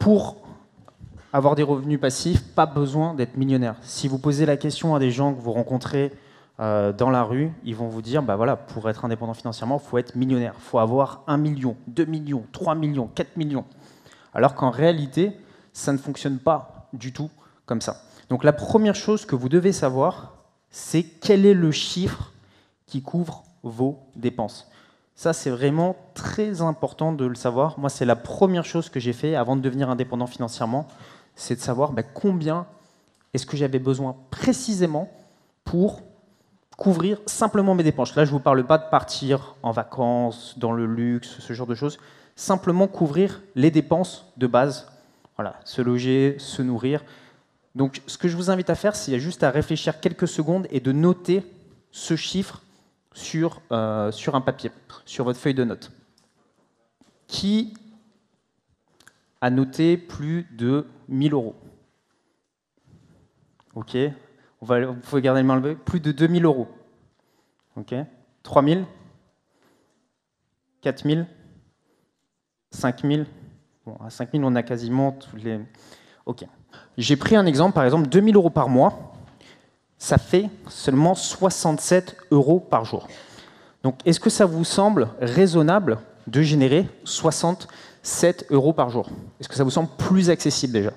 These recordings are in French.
pour avoir des revenus passifs, pas besoin d'être millionnaire. Si vous posez la question à des gens que vous rencontrez dans la rue, ils vont vous dire, bah voilà, pour être indépendant financièrement, il faut être millionnaire, il faut avoir 1 million, 2 millions, 3 millions, 4 millions. Alors qu'en réalité, ça ne fonctionne pas du tout comme ça. Donc la première chose que vous devez savoir, c'est quel est le chiffre qui couvre vos dépenses. Ça, c'est vraiment très important de le savoir. Moi, c'est la première chose que j'ai fait avant de devenir indépendant financièrement, c'est de savoir combien est-ce que j'avais besoin précisément pour couvrir simplement mes dépenses. Là, je ne vous parle pas de partir en vacances, dans le luxe, ce genre de choses. Simplement couvrir les dépenses de base. Voilà, se loger, se nourrir. Donc, ce que je vous invite à faire, c'est juste à réfléchir quelques secondes et de noter ce chiffre sur un papier, sur votre feuille de notes. Qui a noté plus de 1 000 euros? Ok. Vous pouvez garder les mains levées. Plus de 2 000 euros. Ok. 3 000 4 000 5 000 Bon, à 5 000, on a quasiment tous les... Ok. J'ai pris un exemple, par exemple, 2 000 euros par mois, ça fait seulement 67 euros par jour. Donc, est-ce que ça vous semble raisonnable de générer 67 euros par jour? Est-ce que ça vous semble plus accessible déjà?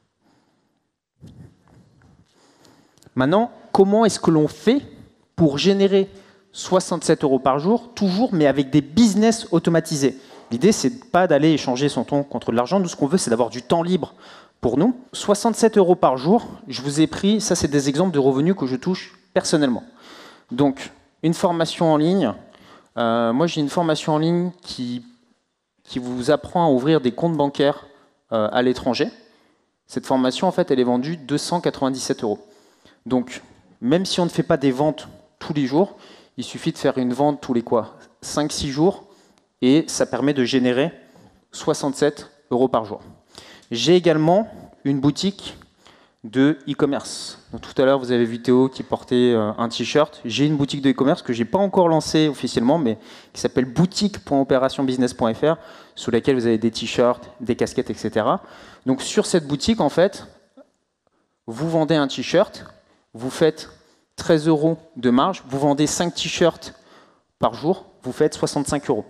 Maintenant, comment est-ce que l'on fait pour générer 67 euros par jour, toujours, mais avec des business automatisés? L'idée, c'est pas d'aller échanger son temps contre de l'argent. Nous, ce qu'on veut, c'est d'avoir du temps libre pour nous. 67 euros par jour, je vous ai pris, ça, c'est des exemples de revenus que je touche personnellement. Donc, une formation en ligne. Moi, j'ai une formation en ligne qui vous apprend à ouvrir des comptes bancaires à l'étranger. Cette formation, en fait, elle est vendue 297 euros. Donc, même si on ne fait pas des ventes tous les jours, il suffit de faire une vente tous les 5-6 jours, et ça permet de générer 67 euros par jour. J'ai également une boutique de e-commerce. Tout à l'heure, vous avez vu Théo qui portait un t-shirt. J'ai une boutique de e-commerce que je n'ai pas encore lancée officiellement, mais qui s'appelle boutique.operationbusiness.fr, sous laquelle vous avez des t-shirts, des casquettes, etc. Donc sur cette boutique, en fait, vous vendez un t-shirt, vous faites 13 euros de marge, vous vendez 5 t-shirts par jour, vous faites 65 euros.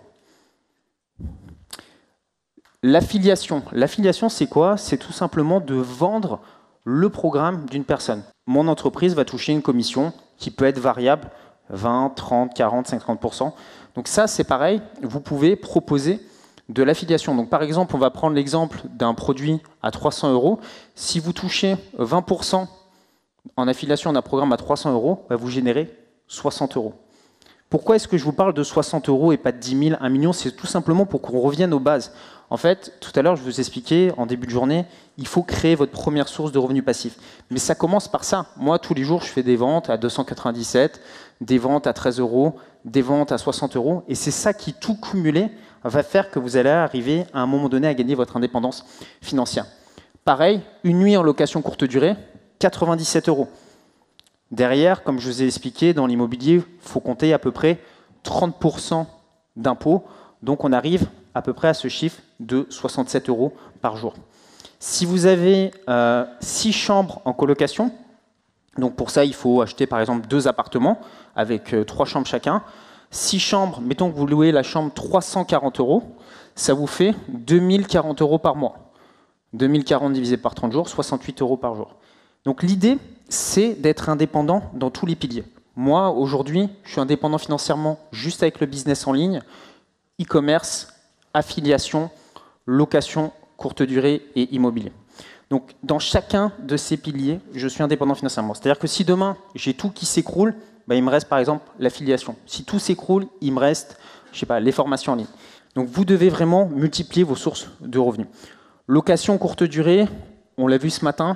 L'affiliation. L'affiliation, c'est quoi? C'est tout simplement de vendre le programme d'une personne. Mon entreprise va toucher une commission qui peut être variable, 20, 30, 40, 50%. Donc ça, c'est pareil, vous pouvez proposer de l'affiliation. Donc par exemple, on va prendre l'exemple d'un produit à 300 euros. Si vous touchez 20% en affiliation d'un programme à 300 euros, vous générez 60 euros. Pourquoi est-ce que je vous parle de 60 euros et pas de 10 000, 1 million? C'est tout simplement pour qu'on revienne aux bases. En fait, tout à l'heure, je vous expliquais, en début de journée, il faut créer votre première source de revenus passifs. Mais ça commence par ça. Moi, tous les jours, je fais des ventes à 297, des ventes à 13 euros, des ventes à 60 euros. Et c'est ça qui, tout cumulé, va faire que vous allez arriver à un moment donné à gagner votre indépendance financière. Pareil, une nuit en location courte durée, 97 euros. Derrière, comme je vous ai expliqué, dans l'immobilier, il faut compter à peu près 30% d'impôts. Donc on arrive à peu près à ce chiffre de 67 euros par jour. Si vous avez 6 chambres en colocation, donc pour ça, il faut acheter par exemple 2 appartements avec 3 chambres chacun. 6 chambres, mettons que vous louez la chambre 340 euros, ça vous fait 2040 euros par mois. 2040 divisé par 30 jours, 68 euros par jour. Donc l'idée, c'est d'être indépendant dans tous les piliers. Moi, aujourd'hui, je suis indépendant financièrement juste avec le business en ligne, e-commerce, affiliation, location, courte durée et immobilier. Donc dans chacun de ces piliers, je suis indépendant financièrement. C'est-à-dire que si demain, j'ai tout qui s'écroule, il me reste par exemple l'affiliation. Si tout s'écroule, il me reste, je sais pas, les formations en ligne. Donc vous devez vraiment multiplier vos sources de revenus. Location courte durée, on l'a vu ce matin,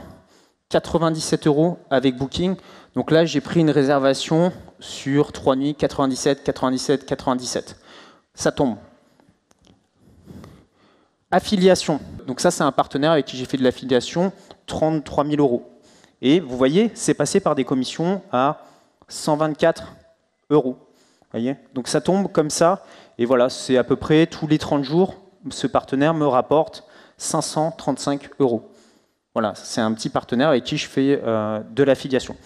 97 euros avec Booking. Donc là, j'ai pris une réservation sur 3 nuits, 97, 97, 97. Ça tombe. Affiliation. Donc ça, c'est un partenaire avec qui j'ai fait de l'affiliation, 33 000 euros. Et vous voyez, c'est passé par des commissions à 124 euros. Voyez, donc ça tombe comme ça. Et voilà, c'est à peu près tous les 30 jours, ce partenaire me rapporte 535 €. Voilà, c'est un petit partenaire avec qui je fais de l'affiliation.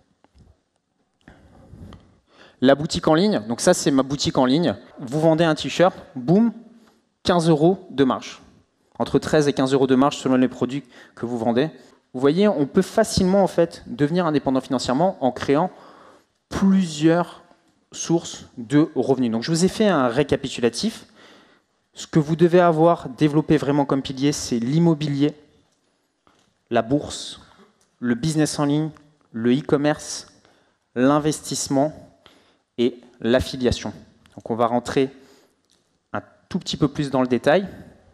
La boutique en ligne, donc ça c'est ma boutique en ligne. Vous vendez un t-shirt, boum, 15 € de marge. Entre 13 et 15 € de marge selon les produits que vous vendez. Vous voyez, on peut facilement en fait devenir indépendant financièrement en créant plusieurs sources de revenus. Donc je vous ai fait un récapitulatif. Ce que vous devez avoir développé vraiment comme pilier, c'est l'immobilier, la bourse, le business en ligne, le e-commerce, l'investissement et l'affiliation. Donc on va rentrer un tout petit peu plus dans le détail.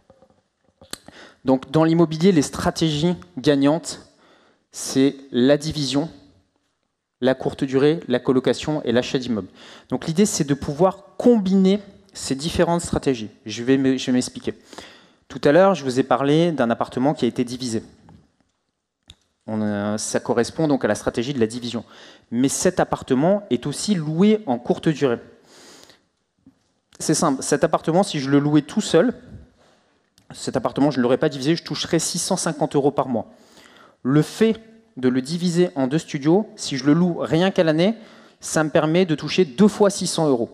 Donc dans l'immobilier, les stratégies gagnantes, c'est la division, la courte durée, la colocation et l'achat d'immeubles. Donc l'idée, c'est de pouvoir combiner ces différentes stratégies. Je vais m'expliquer. Tout à l'heure, je vous ai parlé d'un appartement qui a été divisé. Ça correspond donc à la stratégie de la division. Mais cet appartement est aussi loué en courte durée. C'est simple, cet appartement, si je le louais tout seul, cet appartement, je ne l'aurais pas divisé, je toucherais 650 € par mois. Le fait de le diviser en 2 studios, si je le loue rien qu'à l'année, ça me permet de toucher 2 fois 600 €.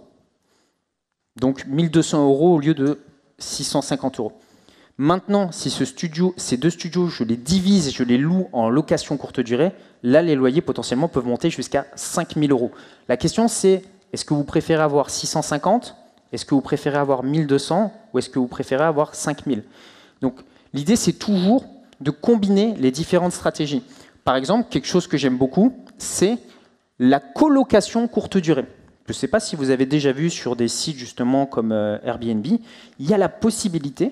Donc 1200 € au lieu de 650 €. Maintenant, si ces 2 studios, je les divise et je les loue en location courte durée, là, les loyers potentiellement peuvent monter jusqu'à 5000 €. La question, c'est est-ce que vous préférez avoir 650 €? Est-ce que vous préférez avoir 1200 ou est-ce que vous préférez avoir 5000? Donc l'idée, c'est toujours de combiner les différentes stratégies. Par exemple, quelque chose que j'aime beaucoup, c'est la colocation courte durée. Je ne sais pas si vous avez déjà vu sur des sites justement comme Airbnb, il y a la possibilité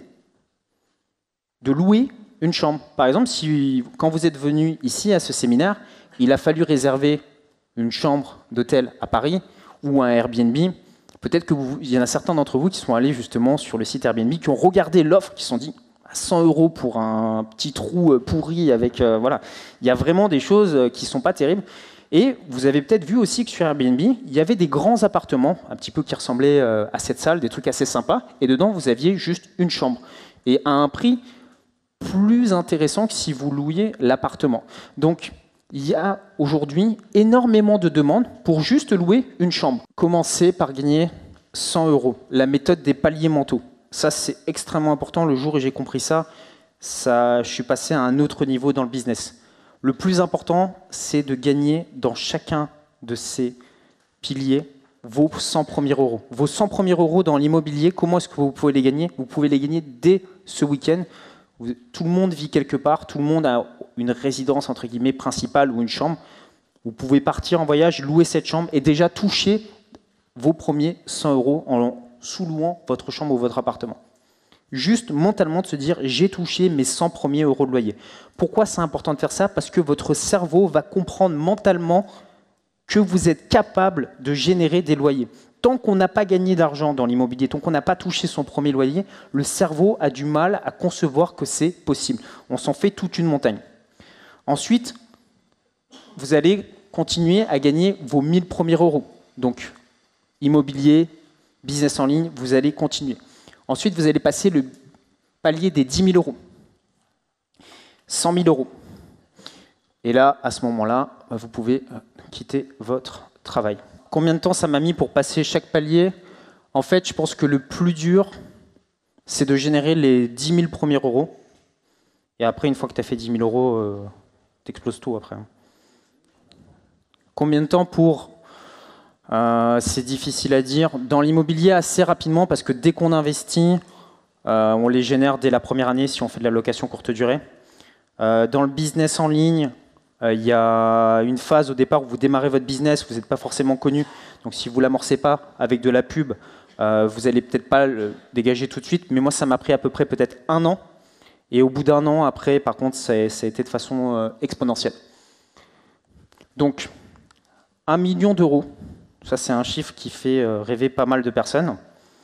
de louer une chambre. Par exemple, quand vous êtes venu ici à ce séminaire, il a fallu réserver une chambre d'hôtel à Paris ou un Airbnb. Peut-être qu'il y en a certains d'entre vous qui sont allés justement sur le site Airbnb, qui ont regardé l'offre, qui se sont dit 100 € pour un petit trou pourri avec... voilà. Il y a vraiment des choses qui ne sont pas terribles. Et vous avez peut-être vu aussi que sur Airbnb, il y avait des grands appartements, un petit peu qui ressemblaient à cette salle, des trucs assez sympas. Et dedans, vous aviez juste une chambre. Et à un prix plus intéressant que si vous louiez l'appartement. Donc, il y a aujourd'hui énormément de demandes pour juste louer une chambre. Commencez par gagner 100 €. La méthode des paliers mentaux. Ça, c'est extrêmement important. Le jour où j'ai compris ça, je suis passé à un autre niveau dans le business. Le plus important, c'est de gagner dans chacun de ces piliers vos 100 premiers €. Vos 100 premiers € dans l'immobilier, comment est-ce que vous pouvez les gagner? Vous pouvez les gagner dès ce week-end. Tout le monde vit quelque part, tout le monde a une résidence entre guillemets principale ou une chambre. Vous pouvez partir en voyage, louer cette chambre et déjà toucher vos premiers 100 € en sous-louant votre chambre ou votre appartement. Juste mentalement de se dire j'ai touché mes 100 premiers € de loyer. Pourquoi c'est important de faire ça? Parce que votre cerveau va comprendre mentalement que vous êtes capable de générer des loyers. Tant qu'on n'a pas gagné d'argent dans l'immobilier, tant qu'on n'a pas touché son premier loyer, le cerveau a du mal à concevoir que c'est possible. On s'en fait toute une montagne. Ensuite, vous allez continuer à gagner vos 1000 premiers €. Donc, immobilier, business en ligne, vous allez continuer. Ensuite, vous allez passer le palier des 10 000 €, 100 000 €. Et là, à ce moment-là, vous pouvez quitter votre travail. Combien de temps ça m'a mis pour passer chaque palier? En fait, je pense que le plus dur, c'est de générer les 10 000 premiers €. Et après, une fois que tu as fait 10 000 €, tu exploses tout après. Combien de temps pour... c'est difficile à dire. Dans l'immobilier, assez rapidement, parce que dès qu'on investit, on les génère dès la première année si on fait de la location courte durée. Dans le business en ligne, il y a une phase au départ où vous démarrez votre business, vous n'êtes pas forcément connu. Donc si vous ne l'amorcez pas avec de la pub, vous n'allez peut-être pas le dégager tout de suite. Mais moi, ça m'a pris à peu près peut-être 1 an. Et au bout d'1 an, après, par contre, ça a été de façon exponentielle. Donc, 1 million d'euros. Ça, c'est un chiffre qui fait rêver pas mal de personnes.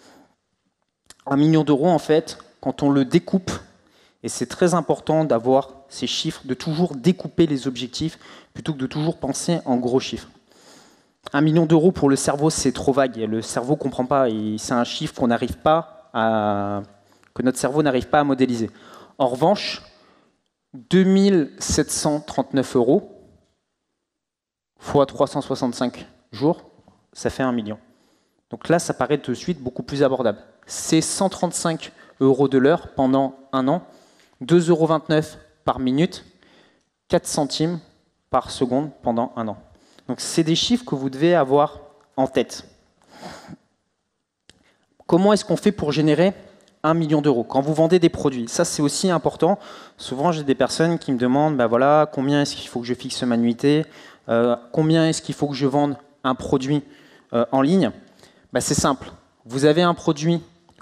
1 million d'euros, en fait, quand on le découpe, et c'est très important d'avoir ces chiffres, de toujours découper les objectifs plutôt que de toujours penser en gros chiffres. 1 million d'euros pour le cerveau, c'est trop vague. Le cerveau ne comprend pas. C'est un chiffre que notre cerveau n'arrive pas à modéliser. En revanche, 2739 € fois 365 jours, ça fait 1 million. Donc là, ça paraît de suite beaucoup plus abordable. C'est 135 € de l'heure pendant un an, 2,29 € par minute, 4 centimes par seconde pendant un an. Donc c'est des chiffres que vous devez avoir en tête. Comment est-ce qu'on fait pour générer 1 million d'euros quand vous vendez des produits? Ça, c'est aussi important. Souvent, j'ai des personnes qui me demandent, voilà, combien est-ce qu'il faut que je fixe ma annuité, combien est-ce qu'il faut que je vende un produit en ligne. C'est simple. Vous avez un produit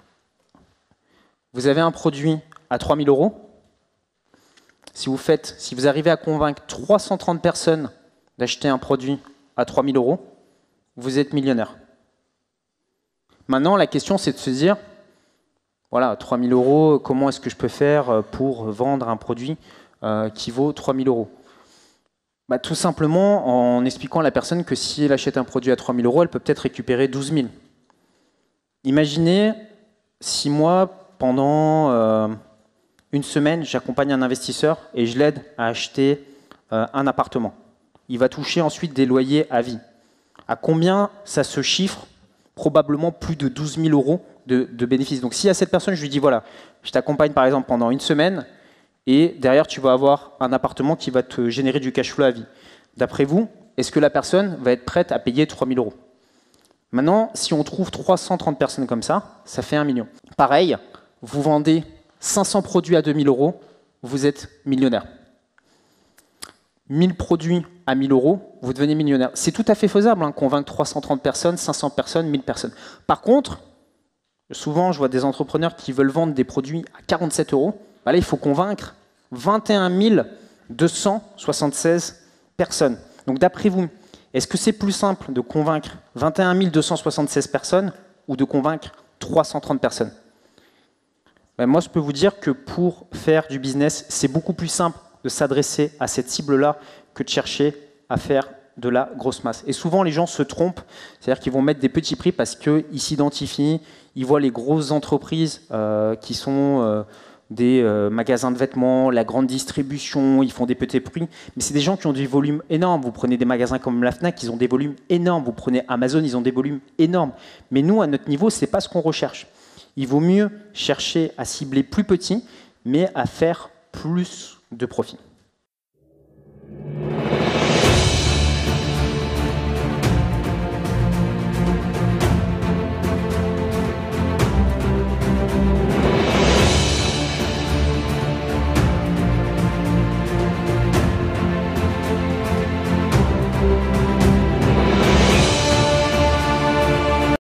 à 3 000 €. Si vous arrivez à convaincre 330 personnes d'acheter un produit à 3 000 €, vous êtes millionnaire. Maintenant, la question, c'est de se dire, voilà, 3 000 €, comment est-ce que je peux faire pour vendre un produit qui vaut 3 000 €? Tout simplement en expliquant à la personne que si elle achète un produit à 3 000 €, elle peut peut-être récupérer 12 000. Imaginez si moi, pendant une semaine, j'accompagne un investisseur et je l'aide à acheter un appartement. Il va toucher ensuite des loyers à vie. À combien ça se chiffre? Probablement plus de 12 000 € de bénéfices. Donc si à cette personne, je lui dis, voilà, je t'accompagne par exemple pendant une semaine et derrière, tu vas avoir un appartement qui va te générer du cash flow à vie. D'après vous, est-ce que la personne va être prête à payer 3 000 €? Maintenant, si on trouve 330 personnes comme ça, ça fait 1 million. Pareil, vous vendez 500 produits à 2 000 €, vous êtes millionnaire. 1000 produits à 1 000 €, vous devenez millionnaire. C'est tout à fait faisable, convaincre 330 personnes, 500 personnes, 1000 personnes. Par contre, souvent, je vois des entrepreneurs qui veulent vendre des produits à 47 €. Là, il faut convaincre 21 276 personnes. Donc, d'après vous, est-ce que c'est plus simple de convaincre 21 276 personnes ou de convaincre 330 personnes? Moi, je peux vous dire que pour faire du business, c'est beaucoup plus simple de s'adresser à cette cible-là que de chercher à faire de la grosse masse. Et souvent, les gens se trompent, c'est-à-dire qu'ils vont mettre des petits prix parce qu'ils s'identifient, ils voient les grosses entreprises qui sont des magasins de vêtements, la grande distribution, ils font des petits prix, mais c'est des gens qui ont des volumes énormes. Vous prenez des magasins comme la Fnac, ils ont des volumes énormes. Vous prenez Amazon, ils ont des volumes énormes. Mais nous, à notre niveau, ce n'est pas ce qu'on recherche. Il vaut mieux chercher à cibler plus petit, mais à faire plus de profit.